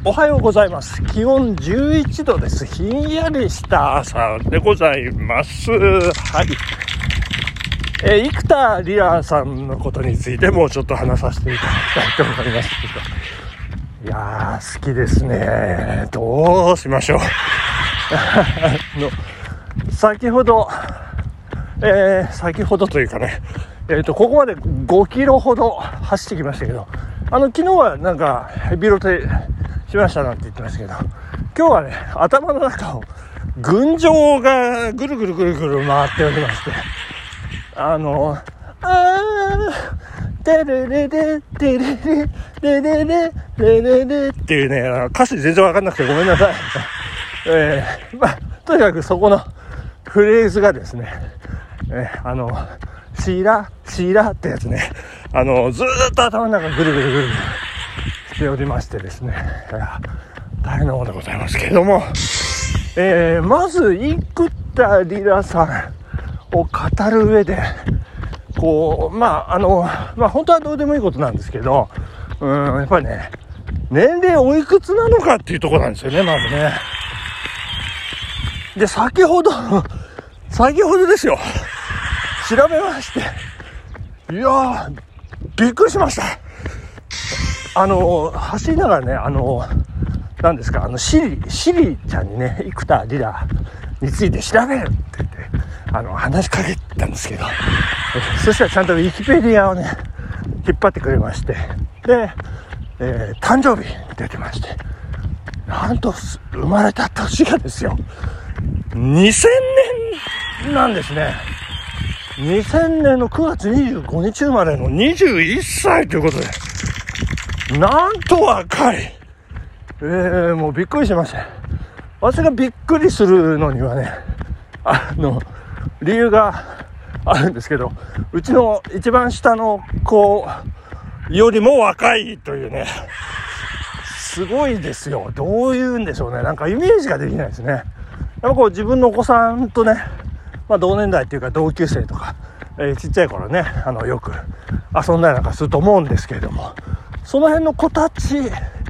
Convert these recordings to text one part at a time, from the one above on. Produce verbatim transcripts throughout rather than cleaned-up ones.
おはようございます。気温じゅういちどです。ひんやりした朝でございます。はい。えー、生田リラさんのことについてもうちょっと話させていただきたいと思いますけど、いやー好きですね。どうしましょう。の先ほど、えー、先ほどというかね、えーとここまでごキロほど走ってきましたけど、あの昨日はなんかヘビロテしましたなんて言ってましたけど、今日はね頭の中を群青がぐるぐるぐるぐる回っておりまして、あのあーテレレレテレレレレレレレレっていうね、歌詞全然わかんなくてごめんなさい。えー、まあとにかくそこのフレーズがですね、えー、あのシーラシーラってやつね、あのずーっと頭の中ぐるぐるぐるぐるしておりましてですね、いや大変なものでございますけれども、えー、まず生田リラさんを語る上でこうまああのまあ本当はどうでもいいことなんですけど、うーんやっぱりね年齢おいくつなのかっていうところなんですよね、まずね。で先ほど先ほどですよ、調べまして、いやーびっくりしました。あの走りながらね、あの何ですか、あのシリシリちゃんにね生田リラについて調べるって言ってあの話しかけたんですけど、そしたらちゃんとウィキペディアをね引っ張ってくれまして、で、えー、誕生日出てまして、なんと生まれた年がですよにせんねんなんですね。にせんねんのくがつにじゅうごにち生まれのにじゅういっさいということで、なんと若い。えー、もうびっくりしました。私がびっくりするのにはね、あの理由があるんですけど、うちの一番下の子よりも若いというね、すごいですよ。どういうんでしょうね、なんかイメージができないですね。やっぱこう自分のお子さんとね、まあ、同年代っていうか同級生とか、えー、ちっちゃい頃ね、あのよく遊んだりなんかすると思うんですけれども、その辺の子たち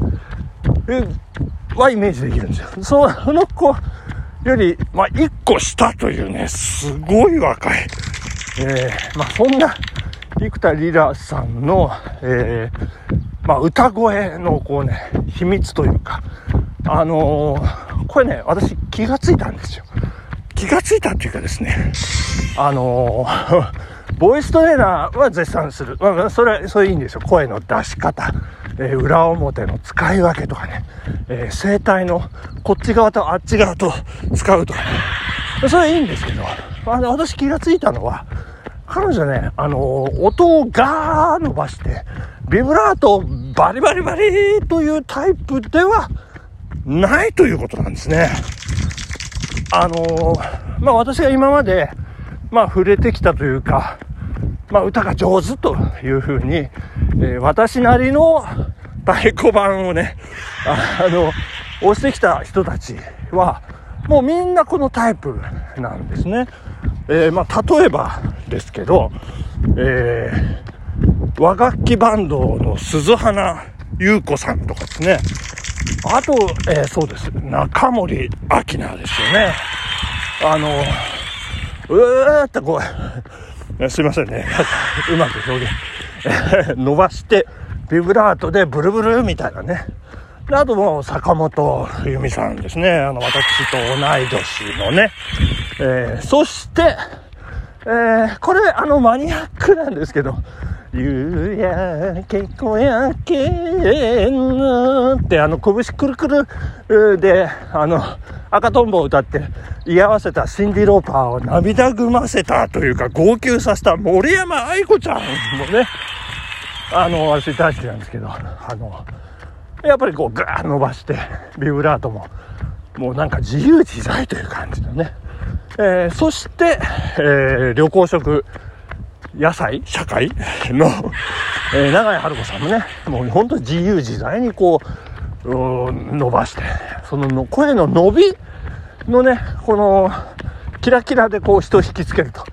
はイメージできるんですよ。その子より、まあ、いっこ下というね、すごい若い。えー、まあそんな生田リラさんの、えー、まあ歌声のこうね秘密というか、あのー、これね私気がついたんですよ。気がついたっていうかですね、あのー、ボイストレーナーは絶賛する、まあ、それそれいいんですよ。声の出し方、えー、裏表の使い分けとかね、えー、声帯のこっち側とあっち側と使うとかね、それいいんですけど、あの私気がついたのは、彼女ね、あのー、音をガー伸ばしてビブラートバリバリバリというタイプではないということなんですね。あのー、まあ私が今までまあ触れてきたというか、まあ歌が上手というふうに、えー、私なりの太鼓判をね、あの押してきた人たちはもうみんなこのタイプなんですね。えー、まあ例えばですけど、えー、和楽器バンドの鈴花優子さんとかですね。あと、えー、そうです、中森明菜ですよね。あのうーってこうすいませんね、うまく表現伸ばしてビブラートでブルブルみたいなね。であともう坂本冬美さんですね、あの私と同い年のね、えー、そして、えー、これあのマニアックなんですけど、夕焼け小焼けのってあの拳くるくるであの赤とんぼを歌って居合わせたシンディ・ローパーを涙ぐませたというか号泣させた森山愛子ちゃんもね、あの私大好きなんですけど、あのやっぱりこうガーッ伸ばしてビブラートももうなんか自由自在という感じのね、えー、そして、えー、緑黄色野菜社会の、えー、永井春子さんもね、もう本当に自由自在にこう伸ばして、その声の伸びのね、このキラキラでこう人を引きつけると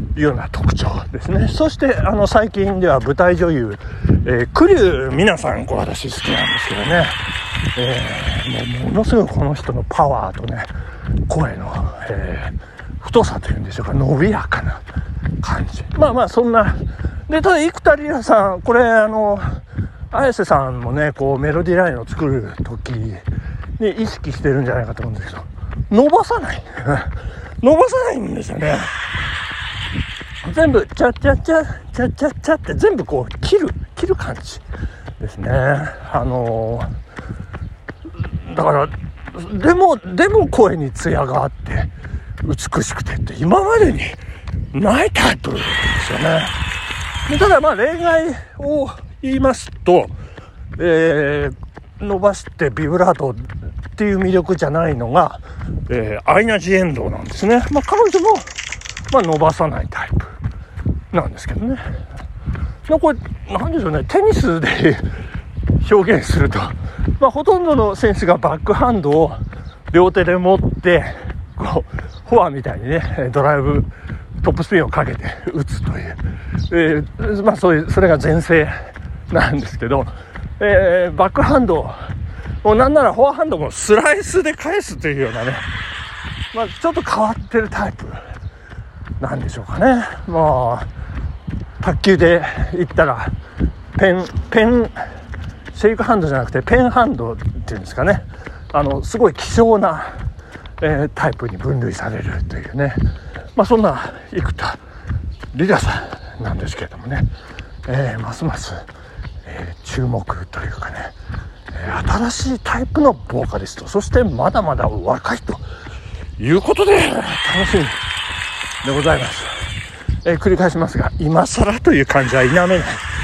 いうような特徴ですね。そしてあの最近では舞台女優、えー、栗生美奈さん、こう私好きなんですけどね、えー、もうものすごいこの人のパワーとね、声の、えー、太さというんでしょうか、伸びやかな感じ。まあまあそんなで、ただ生田リラさん、これあの綾瀬さんもね、こうメロディーラインを作る時に意識してるんじゃないかと思うんですけど、伸ばさない伸ばさないんですよね。全部チャチャチャチャチャチャって全部こう切る切る感じですね。あのー、だからでもでも声に艶があって美しくてって今までにないタイプですよね。でただまあ例外を言いますと、えー、伸ばしてビブラートっていう魅力じゃないのが、えー、アイナ・ジ・エンドなんですね。まあ彼女も、まあ、伸ばさないタイプなんですけどね。これなんでしょうね、テニスで表現すると、まあ、ほとんどの選手がバックハンドを両手で持ってこうフォアみたいにね、ドライブトップスピンをかけて打つという、えー、まあそういうそれが前世なんですけど、えー、バックハンドもうなんならフォアハンドもスライスで返すというようなね、まあ、ちょっと変わってるタイプなんでしょうかね。まあ卓球で言ったらペンペンシェイクハンドじゃなくてペンハンドっていうんですかね、あのすごい希少な、えー、タイプに分類されるというね、まあそんな生田リラさんなんですけれどもね、えー、ますます、えー、注目というかね、えー、新しいタイプのボーカリスト、そしてまだまだ若いということで楽しみでございます。えー、繰り返しますが、今更という感じは否めない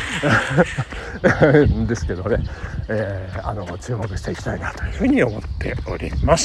ですけどね、えー、あの注目していきたいなというふうに思っております。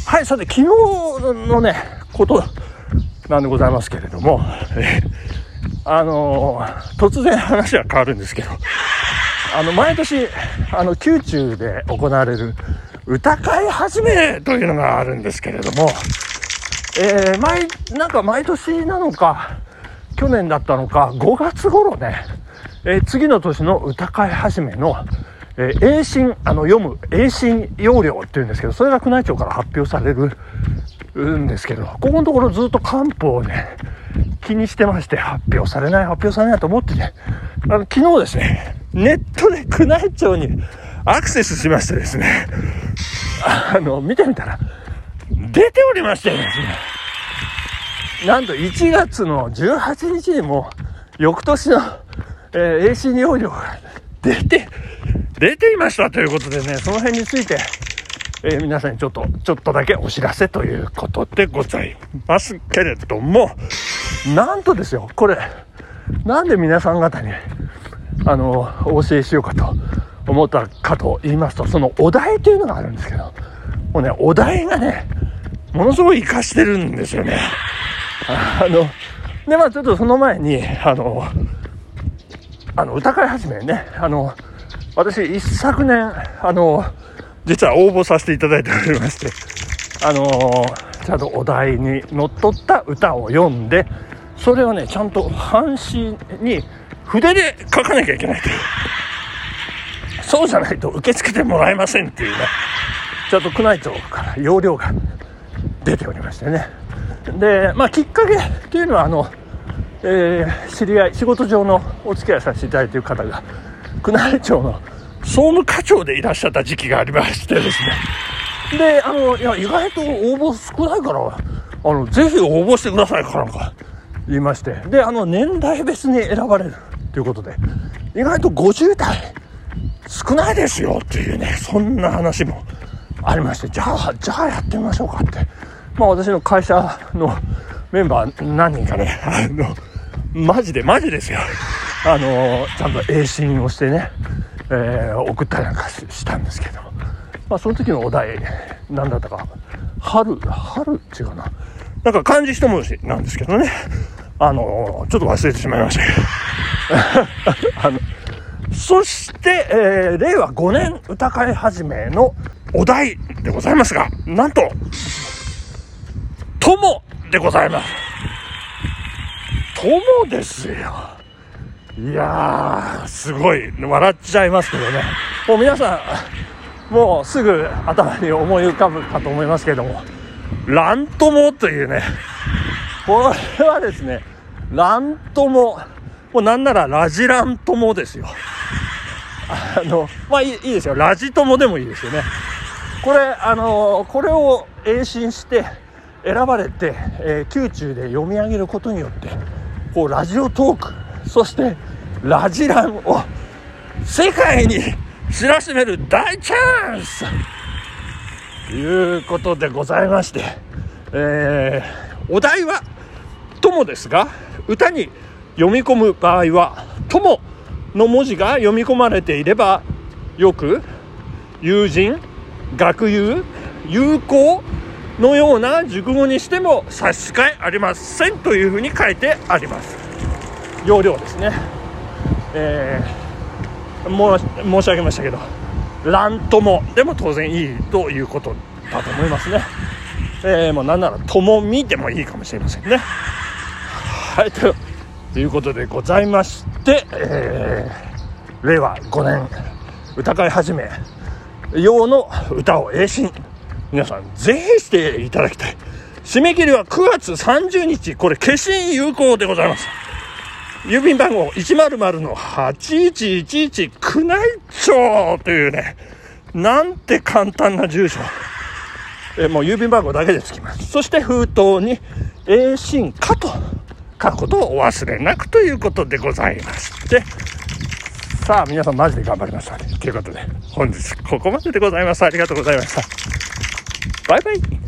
はい、さて昨日のねことなんでございますけれども、えー、あのー、突然話は変わるんですけど、あの毎年あの宮中で行われる歌会始めというのがあるんですけれども、えー、毎なんか毎年なのか去年だったのかごがつ頃ね、えー、次の年の歌会始めの、えー、英進あの読む英進要領っていうんですけど、それが宮内庁から発表されるんですけど、ここのところずっと官報をね気にしてまして、発表されない発表されないと思ってて、あの昨日ですねネットで宮内庁にアクセスしましてですね、あの見てみたら出ておりましてですね、なんといちがつのじゅうはちにちにも翌年の、えー、英進要領が出て出ていましたということでね、その辺について、えー、皆さんにちょっとちょっとだけお知らせということでございますけれども、なんとですよ、これなんで皆さん方にあのお教えしようかと思ったかと言いますと、そのお題というのがあるんですけど、もうねお題がねものすごい活かしてるんですよね。あのでまあちょっとその前にあのあの歌会始めね、あの私一昨年あの実は応募させていただいておりまして、あのちゃんとお題にのっとった歌を読んで、それをねちゃんと半紙に筆で書かなきゃいけないという、そうじゃないと受け付けてもらえませんっていうね、ちゃんと宮内庁から要領が出ておりましてね。でまあきっかけっていうのはあの、えー、知り合い仕事上のお付き合いさせていただいている方が宮内庁の総務課長でいらっしゃった時期がありましてですね、であのいや意外と応募少ないからあのぜひ応募してくださいかなんか言いまして、であの年代別に選ばれるということで、意外とごじゅうだい少ないですよっていうね、そんな話もありまして、じゃあじゃあやってみましょうかって、まあ私の会社のメンバー何人かね、あのマジでマジですよ、あのちゃんと英進をしてね、えー、送ったりなんか し, したんですけど、まあその時のお題何だったか、春春違うな、なんか漢字一文字なんですけどね、あのちょっと忘れてしまいましたけどあのそして、えー、れいわごねん歌会始めのお題でございますが、なんと友でございます。 友ですよ。いやー、すごい笑っちゃいますけどね。もう皆さんもうすぐ頭に思い浮かぶかと思いますけども、ラン友というね、これはですね、ラン友、もうなんならラジラン友ですよ。あのまあいい、いいですよ、ラジ友でもいいですよね。これあのこれを英進して選ばれて、えー、宮中で読み上げることによってこうラジオトーク、そしてラジランを世界に知らしめる大チャンスということでございまして、えー、お題は友ですが、歌に読み込む場合は友の文字が読み込まれていればよく友人、学友、友好のような熟語にしても差し支えありませんというふうに書いてあります。要領ですね。えー、もう申し上げましたけど、ラン友でも当然いいということだと思いますね。えー、もうなんなら友みでもいいかもしれませんね。はい、ということでございまして、えー、れいわごねん歌会始め用の歌を英進、皆さんぜひしていただきたい。締め切りはくがつさんじゅうにち、これ消印有効でございます。郵便番号 いちまるまるのはちいちいちいち 宮内庁というね、なんて簡単な住所、えもう郵便番号だけでつきます。そして封筒に英進かと書くことをお忘れなくということでございまして、さあ皆さんマジで頑張りましたということで、本日ここまででございます。ありがとうございました。バイバイ。